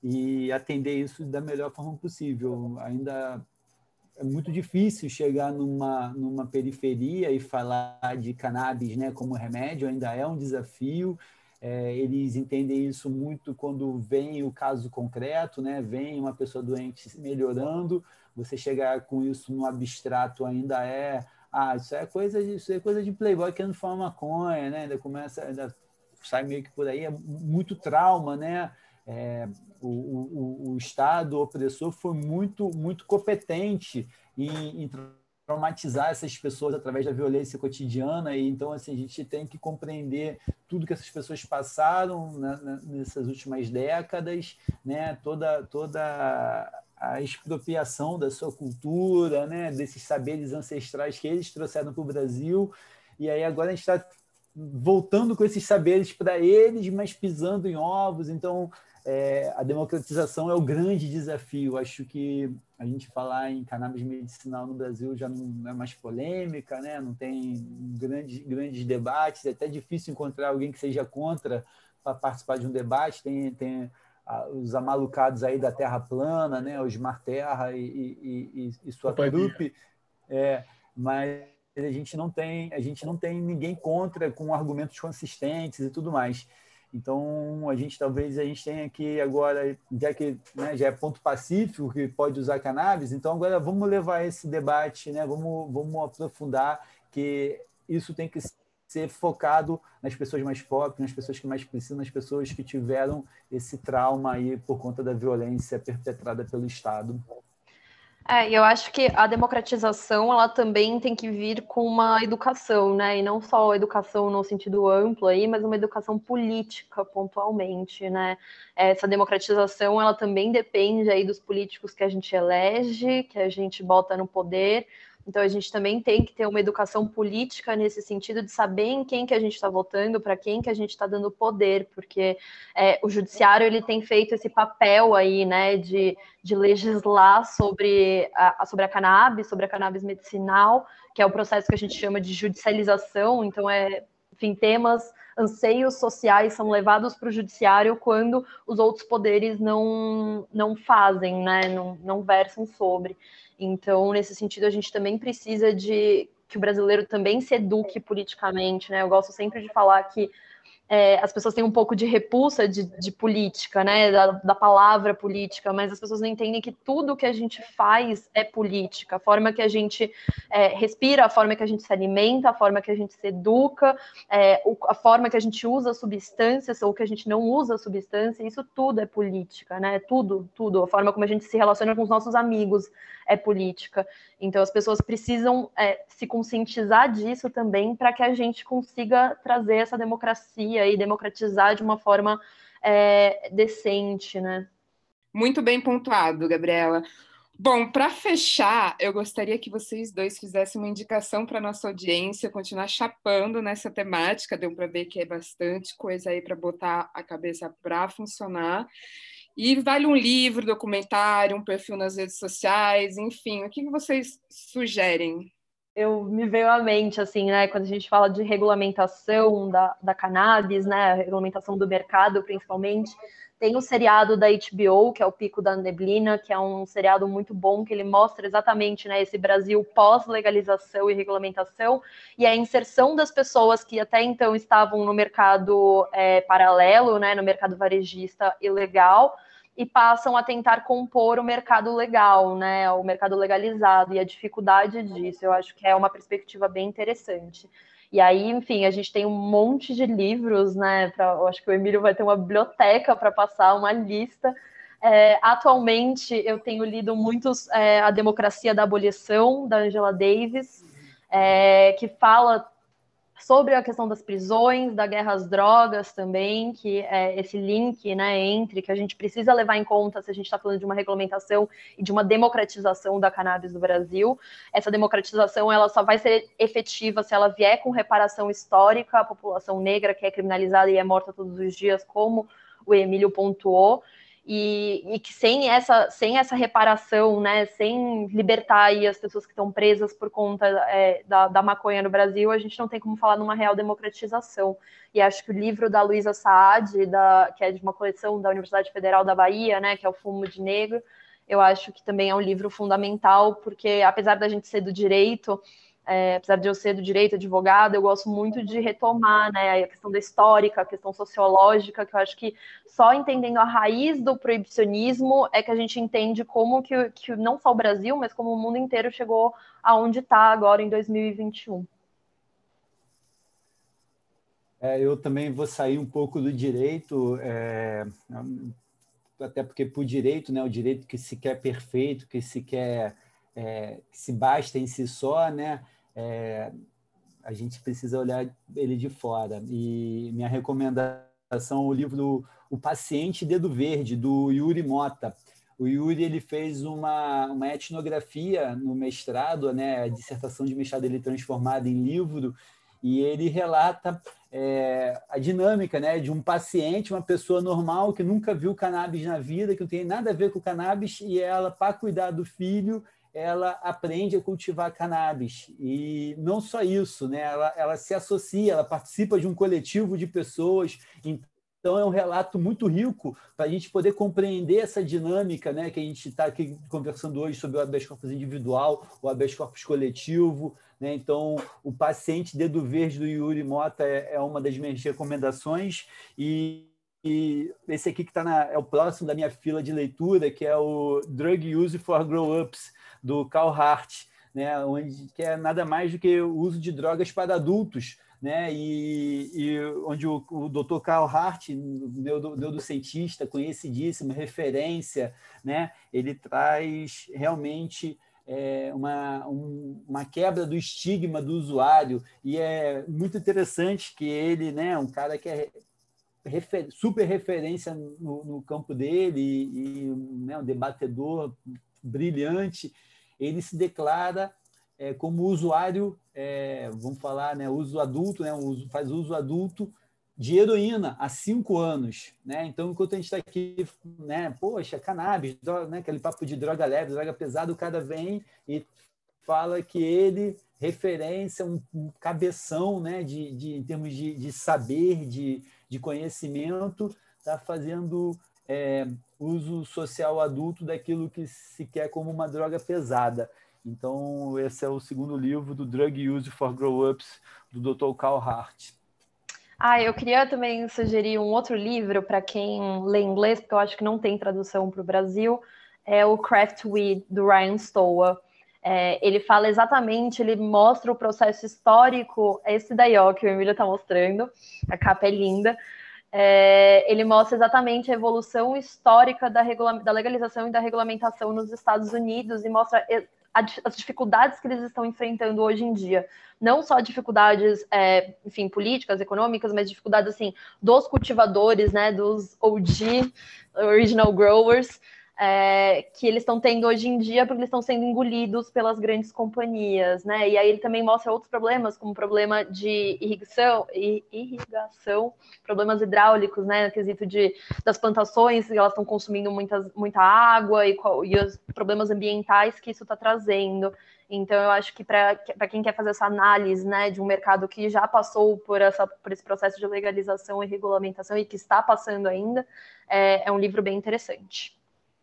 e atender isso da melhor forma possível. Ainda é muito difícil chegar numa, numa periferia e falar de cannabis, né, como remédio, ainda é um desafio. É, eles entendem isso muito quando vem o caso concreto, né? Vem uma pessoa doente melhorando, você chegar com isso no abstrato ainda é, ah, isso é coisa de, isso é coisa de playboy querendo fumar maconha, né? Ainda começa, ainda sai meio que por aí, é muito trauma, né? É, o, o, o Estado opressor foi muito, muito competente em, em traumatizar essas pessoas através da violência cotidiana, e então assim, a gente tem que compreender tudo que essas pessoas passaram, né, nessas últimas décadas, né, toda, toda a expropriação da sua cultura, né, desses saberes ancestrais que eles trouxeram para o Brasil, e aí agora a gente está voltando com esses saberes para eles, mas pisando em ovos. Então, é, a democratização é o grande desafio. Acho que a gente falar em cannabis medicinal no Brasil já não é mais polêmica, né? Não tem grandes, grandes debates, é até difícil encontrar alguém que seja contra para participar de um debate. Tem, tem os amalucados aí da Terra Plana, né? Os Mar Terra e, e, e, e sua trupe, é, mas a gente não tem, a gente não tem ninguém contra com argumentos consistentes e tudo mais. Então, a gente talvez a gente tenha que agora, já que, né, já é ponto pacífico que pode usar cannabis, então agora vamos levar esse debate, né, vamos, vamos aprofundar que isso tem que ser focado nas pessoas mais pobres, nas pessoas que mais precisam, nas pessoas que tiveram esse trauma aí por conta da violência perpetrada pelo Estado. É, eu acho que a democratização ela também tem que vir com uma educação, né? E não só a educação no sentido amplo aí, mas uma educação política pontualmente, né? Essa democratização ela também depende aí dos políticos que a gente elege, que a gente bota no poder. Então a gente também tem que ter uma educação política nesse sentido de saber em quem que a gente está votando, para quem que a gente está dando poder, porque é, o judiciário ele tem feito esse papel aí, né, de, de legislar sobre a, sobre a cannabis, sobre a cannabis medicinal, que é o processo que a gente chama de judicialização. Então é, enfim, temas, anseios sociais são levados para o judiciário quando os outros poderes não, não fazem, né, não, não versam sobre. Então, nesse sentido, a gente também precisa de que o brasileiro também se eduque politicamente, né? Eu gosto sempre de falar que é, as pessoas têm um pouco de repulsa de, de política, né, da, da palavra política, mas as pessoas não entendem que tudo que a gente faz é política, a forma que a gente é, respira, a forma que a gente se alimenta, a forma que a gente se educa, é, a forma que a gente usa substâncias ou que a gente não usa substância, isso tudo é política, né, tudo, tudo, a forma como a gente se relaciona com os nossos amigos é política. Então as pessoas precisam é, se conscientizar disso também para que a gente consiga trazer essa democracia e democratizar de uma forma é, decente, né? Muito bem pontuado, Gabriela. Bom, para fechar, eu gostaria que vocês dois fizessem uma indicação para nossa audiência, continuar chapando nessa temática, deu para ver que é bastante coisa aí para botar a cabeça para funcionar. E vale um livro, documentário, um perfil nas redes sociais, enfim, o que vocês sugerem? Eu me veio à mente, assim, né, quando a gente fala de regulamentação da, da cannabis, né, regulamentação do mercado, principalmente, tem o seriado da H B O, que é o Pico da Neblina, que é um seriado muito bom, que ele mostra exatamente, né, esse Brasil pós-legalização e regulamentação, e a inserção das pessoas que até então estavam no mercado é, paralelo, né, no mercado varejista ilegal, e passam a tentar compor o mercado legal, né, o mercado legalizado, e a dificuldade disso, eu acho que é uma perspectiva bem interessante. E aí, enfim, a gente tem um monte de livros, né, pra, eu acho que o Emílio vai ter uma biblioteca para passar, uma lista. É, atualmente, eu tenho lido muitos, é, A Democracia da Abolição, da Angela Davis, é, que fala sobre a questão das prisões, da guerra às drogas também, que é esse link, né, entre que a gente precisa levar em conta se a gente está falando de uma regulamentação e de uma democratização da cannabis no Brasil. Essa democratização ela só vai ser efetiva se ela vier com reparação histórica à população negra que é criminalizada e é morta todos os dias, como o Emílio pontuou. E, e que sem essa, sem essa reparação, né, sem libertar aí as pessoas que estão presas por conta é, da, da maconha no Brasil, a gente não tem como falar numa real democratização. E acho que o livro da Luísa Saad, da, que é de uma coleção da Universidade Federal da Bahia, né, que é o Fumo de Negro, eu acho que também é um livro fundamental, porque apesar da gente ser do direito, É, apesar de eu ser do direito, advogada, eu gosto muito de retomar, né, a questão da histórica, a questão sociológica, que eu acho que só entendendo a raiz do proibicionismo é que a gente entende como que, que não só o Brasil, mas como o mundo inteiro chegou aonde está agora em dois mil e vinte e um. É, eu também vou sair um pouco do direito, é, até porque por direito, né, o direito que se quer perfeito, que se quer, é, que se basta em si só, né, é, a gente precisa olhar ele de fora. E minha recomendação é o livro O Paciente Dedo Verde, do Yuri Mota. O Yuri ele fez uma, uma etnografia no mestrado, né, a dissertação de mestrado dele transformada em livro, e ele relata é, a dinâmica, né, de um paciente, uma pessoa normal que nunca viu cannabis na vida, que não tem nada a ver com cannabis, e ela, para cuidar do filho, ela aprende a cultivar cannabis. E não só isso, né? ela, ela se associa, ela participa de um coletivo de pessoas. Então, é um relato muito rico para a gente poder compreender essa dinâmica, né? Que a gente está aqui conversando hoje sobre o habeas corpus individual, o habeas corpus coletivo. Né? Então, o Paciente Dedo Verde, do Yuri Mota, é, é uma das minhas recomendações. E E esse aqui que tá na, é o próximo da minha fila de leitura, que é o Drug Use for Grown-Ups, do Carl Hart, né? Onde, que é nada mais do que o uso de drogas para adultos, né? E, e onde o, o doutor Carl Hart, neurocientista conhecidíssimo, referência, né? Ele traz realmente é, uma, um, uma quebra do estigma do usuário, e é muito interessante que ele, né, um cara que é Refer, super referência no, no campo dele e, e né, um debatedor brilhante, ele se declara é, como usuário, é, vamos falar, né, uso adulto, né, uso, faz uso adulto de heroína há cinco anos. Né? Então, enquanto a gente está aqui, né, poxa, cannabis, droga, né, aquele papo de droga leve, droga pesada, o cara vem e fala que ele, referência, um, um cabeção, né, de, de, em termos de, de saber, de de conhecimento, está fazendo é, uso social adulto daquilo que se quer como uma droga pesada. Então, esse é o segundo livro do Drug Use for Grown-Ups, do doutor Carl Hart. Ah, eu queria também sugerir um outro livro para quem lê inglês, porque eu acho que não tem tradução para o Brasil, é o Craft Weed, do Ryan Stower. É, ele fala exatamente, ele mostra o processo histórico, esse daí, ó, que o Emílio está mostrando, a capa é linda, é, ele mostra exatamente a evolução histórica da, regula- da legalização e da regulamentação nos Estados Unidos e mostra a, as dificuldades que eles estão enfrentando hoje em dia. Não só dificuldades, é, enfim, políticas, econômicas, mas dificuldades, assim, dos cultivadores, né, dos O G, Original Growers, é, que eles estão tendo hoje em dia porque eles estão sendo engolidos pelas grandes companhias, né? E aí ele também mostra outros problemas, como problema de irrigação, irrigação problemas hidráulicos, né? No quesito de, das plantações, que elas estão consumindo muitas, muita água e, e os problemas ambientais que isso está trazendo. Então, eu acho que para quem quer fazer essa análise, né, de um mercado que já passou por, essa, por esse processo de legalização e regulamentação e que está passando ainda, é, é um livro bem interessante.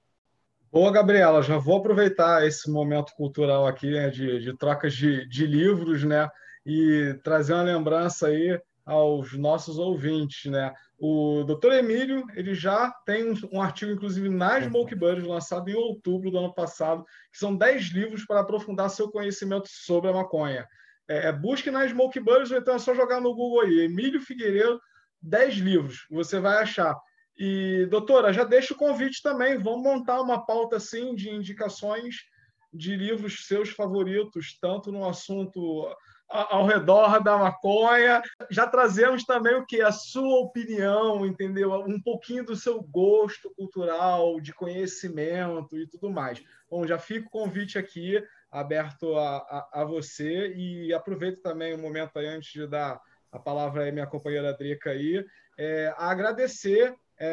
Boa, Gabriela, já vou aproveitar esse momento cultural aqui, né, de, de trocas de, de livros, né, e trazer uma lembrança aí aos nossos ouvintes, né? O doutor Emílio, ele já tem um, um artigo, inclusive, na Smoke Buddies, lançado em outubro do ano passado, que são dez livros para aprofundar seu conhecimento sobre a maconha. É, busque na Smoke Buddies, ou então é só jogar no Google aí, Emílio Figueiredo, dez livros, você vai achar. E, doutora, já deixa o convite também, vamos montar uma pauta, assim, de indicações de livros seus favoritos, tanto no assunto ao redor da maconha. Já trazemos também o que? A sua opinião, entendeu? Um pouquinho do seu gosto cultural, de conhecimento e tudo mais. Bom, já fica o convite aqui aberto a, a, a você e aproveito também o momento aí, antes de dar a palavra aí à minha companheira Drica aí, é, a agradecer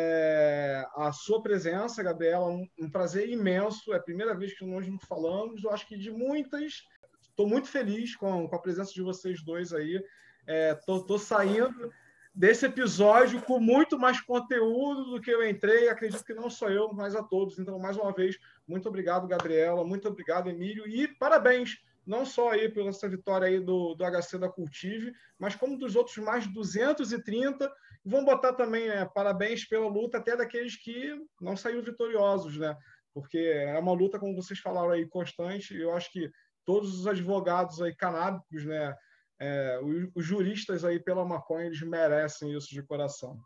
é, a sua presença, Gabriela, um, um prazer imenso, é a primeira vez que nós nos falamos, eu acho que de muitas. Estou muito feliz com, com a presença de vocês dois aí. Estou é, saindo desse episódio com muito mais conteúdo do que eu entrei. Acredito que não só eu, mas a todos. Então, mais uma vez, muito obrigado, Gabriela. Muito obrigado, Emílio. E parabéns, não só aí pela essa vitória aí do, do H C da Cultive, mas como dos outros mais duzentos e trinta. Vamos botar também é, parabéns pela luta até daqueles que não saíram vitoriosos, né? Porque é uma luta, como vocês falaram aí, constante. Eu acho que todos os advogados aí canábicos, né, é, os, os juristas aí pela maconha, eles merecem isso de coração.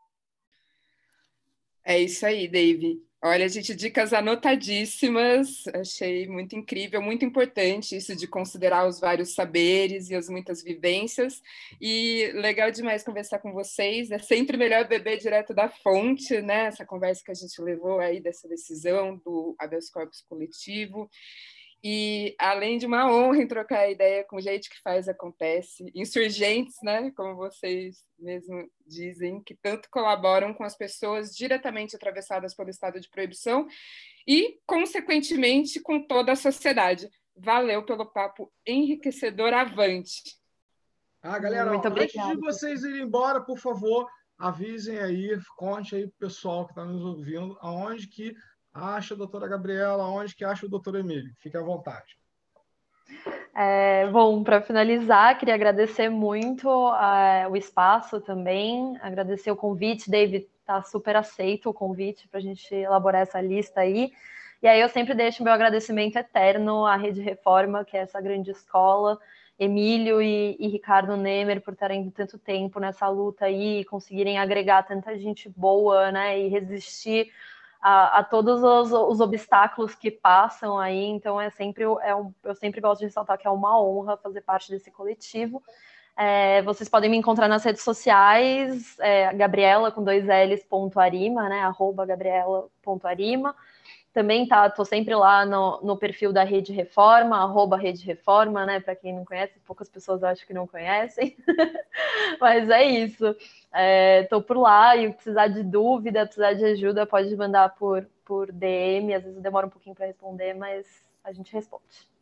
É isso aí, Dave. Olha, gente, dicas anotadíssimas, achei muito incrível, muito importante isso de considerar os vários saberes e as muitas vivências, e legal demais conversar com vocês, é sempre melhor beber direto da fonte, né, essa conversa que a gente levou aí dessa decisão do habeas corpus coletivo. E, além de uma honra em trocar ideia com gente que faz, acontece, insurgentes, né, como vocês mesmo dizem, que tanto colaboram com as pessoas diretamente atravessadas pelo estado de proibição e, consequentemente, com toda a sociedade. Valeu pelo papo enriquecedor, avante! Ah, galera, Muito antes obrigada, de vocês irem embora, por favor, avisem aí, conte aí para o pessoal que está nos ouvindo, aonde que acha a doutora Gabriela, aonde que acha o doutor Emílio. Fique à vontade. É, bom, para finalizar, queria agradecer muito uh, o espaço também, agradecer o convite, David, tá super aceito o convite para a gente elaborar essa lista aí. E aí eu sempre deixo meu agradecimento eterno à Rede Reforma, que é essa grande escola, Emílio e, e Ricardo Nemer por estarem tanto tempo nessa luta aí, conseguirem agregar tanta gente boa, né, e resistir A, a todos os, os obstáculos que passam aí, então é sempre, é um, eu sempre gosto de ressaltar que é uma honra fazer parte desse coletivo. É, vocês podem me encontrar nas redes sociais, é, Gabriela com dois L's ponto Arima, né, arroba Gabriela ponto Arima. Também tá, tô sempre lá no, no perfil da Rede Reforma, arroba Rede Reforma, né? Para quem não conhece, poucas pessoas eu acho que não conhecem. Mas é isso. É, tô por lá e precisar de dúvida, precisar de ajuda, pode mandar por, por D M. Às vezes demora um pouquinho para responder, mas a gente responde.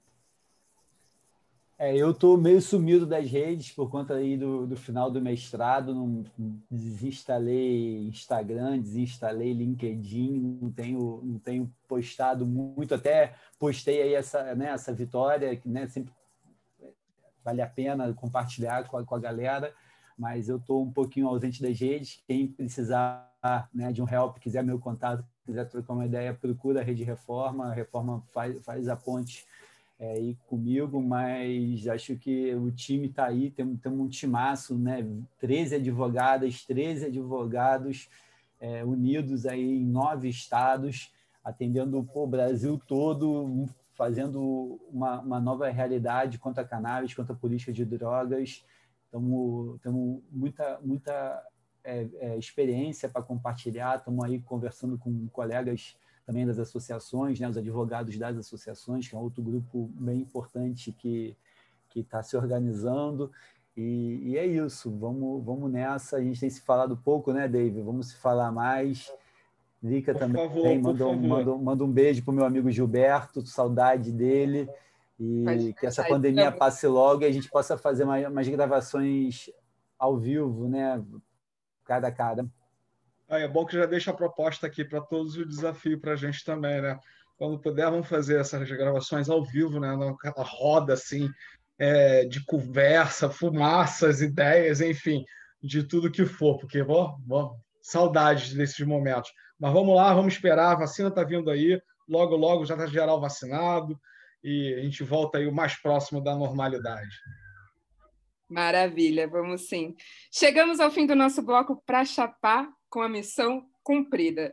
É, eu estou meio sumido das redes por conta aí do, do final do mestrado, não, desinstalei Instagram, desinstalei LinkedIn, não tenho, não tenho postado muito, até postei aí essa, né, essa vitória, que né, sempre vale a pena compartilhar com a, com a galera, mas eu estou um pouquinho ausente das redes. Quem precisar, né, de um help, quiser meu contato, quiser trocar uma ideia, procura a Rede Reforma, a Reforma faz, faz a ponte É, aí comigo, mas acho que o time está aí, temos, temos um timaço, né? treze advogadas, treze advogados é, unidos aí em nove estados, atendendo pô, o Brasil todo, fazendo uma, uma nova realidade contra a cannabis, contra a política de drogas. Temos, temos muita, muita é, é, experiência para compartilhar, estamos aí conversando com colegas também das associações, né, os advogados das associações, que é outro grupo bem importante que que está se organizando, e, e é isso, vamos, vamos nessa, a gente tem se falado pouco, né, David? Vamos se falar mais. Drica também, favor, manda, um, manda, manda um beijo para o meu amigo Gilberto, saudade dele, e que essa pandemia passe logo e a gente possa fazer mais, umas gravações ao vivo, né, cada a cada. Ah, é bom que já deixa a proposta aqui para todos o desafio para a gente também, né? Quando puder, vamos fazer essas gravações ao vivo, né? Naquela roda assim, é, de conversa, fumaças, ideias, enfim, de tudo que for, porque ó, ó, saudades desses momentos. Mas vamos lá, vamos esperar, a vacina está vindo aí, logo, logo já está geral vacinado e a gente volta aí o mais próximo da normalidade. Maravilha, vamos sim. Chegamos ao fim do nosso bloco para chapar com a missão cumprida.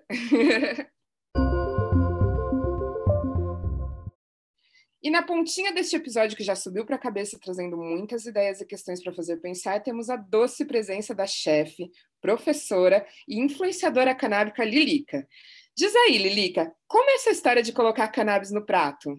E na pontinha deste episódio que já subiu para a cabeça, trazendo muitas ideias e questões para fazer pensar, temos a doce presença da chefe, professora e influenciadora canábica Lilica. Diz aí, Lilica, como é essa história de colocar cannabis no prato?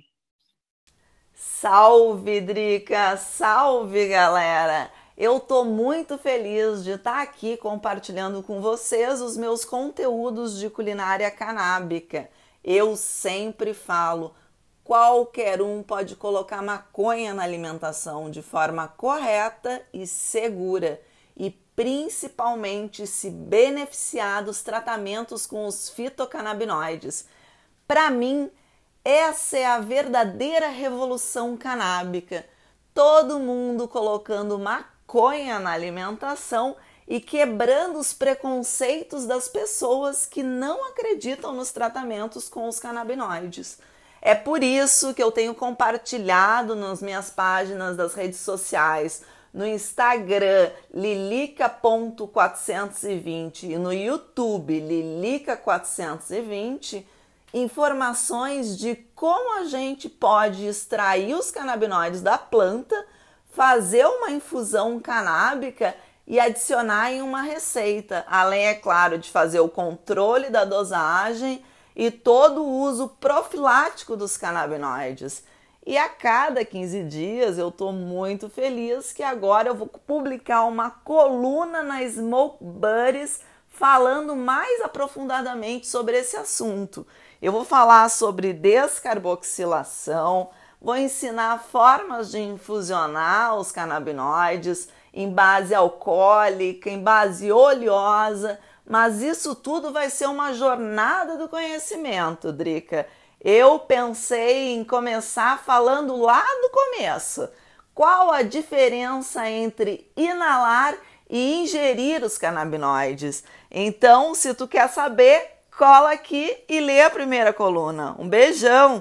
Salve, Drica! Salve, galera! Eu tô muito feliz de estar aqui compartilhando com vocês os meus conteúdos de culinária canábica. Eu sempre falo, qualquer um pode colocar maconha na alimentação de forma correta e segura e principalmente se beneficiar dos tratamentos com os fitocannabinoides. Para mim, essa é a verdadeira revolução canábica. Todo mundo colocando maconha na alimentação e quebrando os preconceitos das pessoas que não acreditam nos tratamentos com os canabinoides. É por isso que eu tenho compartilhado nas minhas páginas das redes sociais, no Instagram lilica ponto quatrocentos e vinte e no YouTube lilica quatrocentos e vinte, informações de como a gente pode extrair os canabinoides da planta, fazer uma infusão canábica e adicionar em uma receita, além, é claro, de fazer o controle da dosagem e todo o uso profilático dos canabinoides. E a cada quinze dias eu estou muito feliz que agora eu vou publicar uma coluna na Smoke Buddies falando mais aprofundadamente sobre esse assunto. Eu vou falar sobre descarboxilação, vou ensinar formas de infusionar os canabinoides em base alcoólica, em base oleosa, mas isso tudo vai ser uma jornada do conhecimento, Drica. Eu pensei em começar falando lá do começo. Qual a diferença entre inalar e ingerir os canabinoides? Então, se tu quer saber, cola aqui e lê a primeira coluna. Um beijão!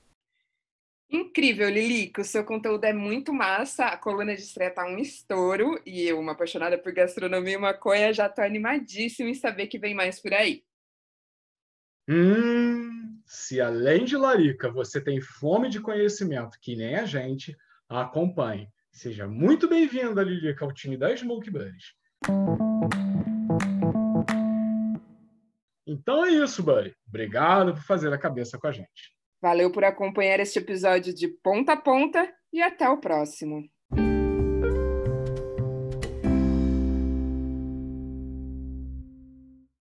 Incrível, Lilica, o seu conteúdo é muito massa, a coluna de estreia tá um estouro e eu, uma apaixonada por gastronomia e maconha, já tô animadíssima em saber que vem mais por aí. Hum, se além de larica você tem fome de conhecimento, que nem a gente, acompanhe. Seja muito bem-vinda, Lilica, ao time da Smoke Buddies. Então é isso, Buddy. Obrigado por fazer a cabeça com a gente. Valeu por acompanhar este episódio de ponta a ponta e até o próximo.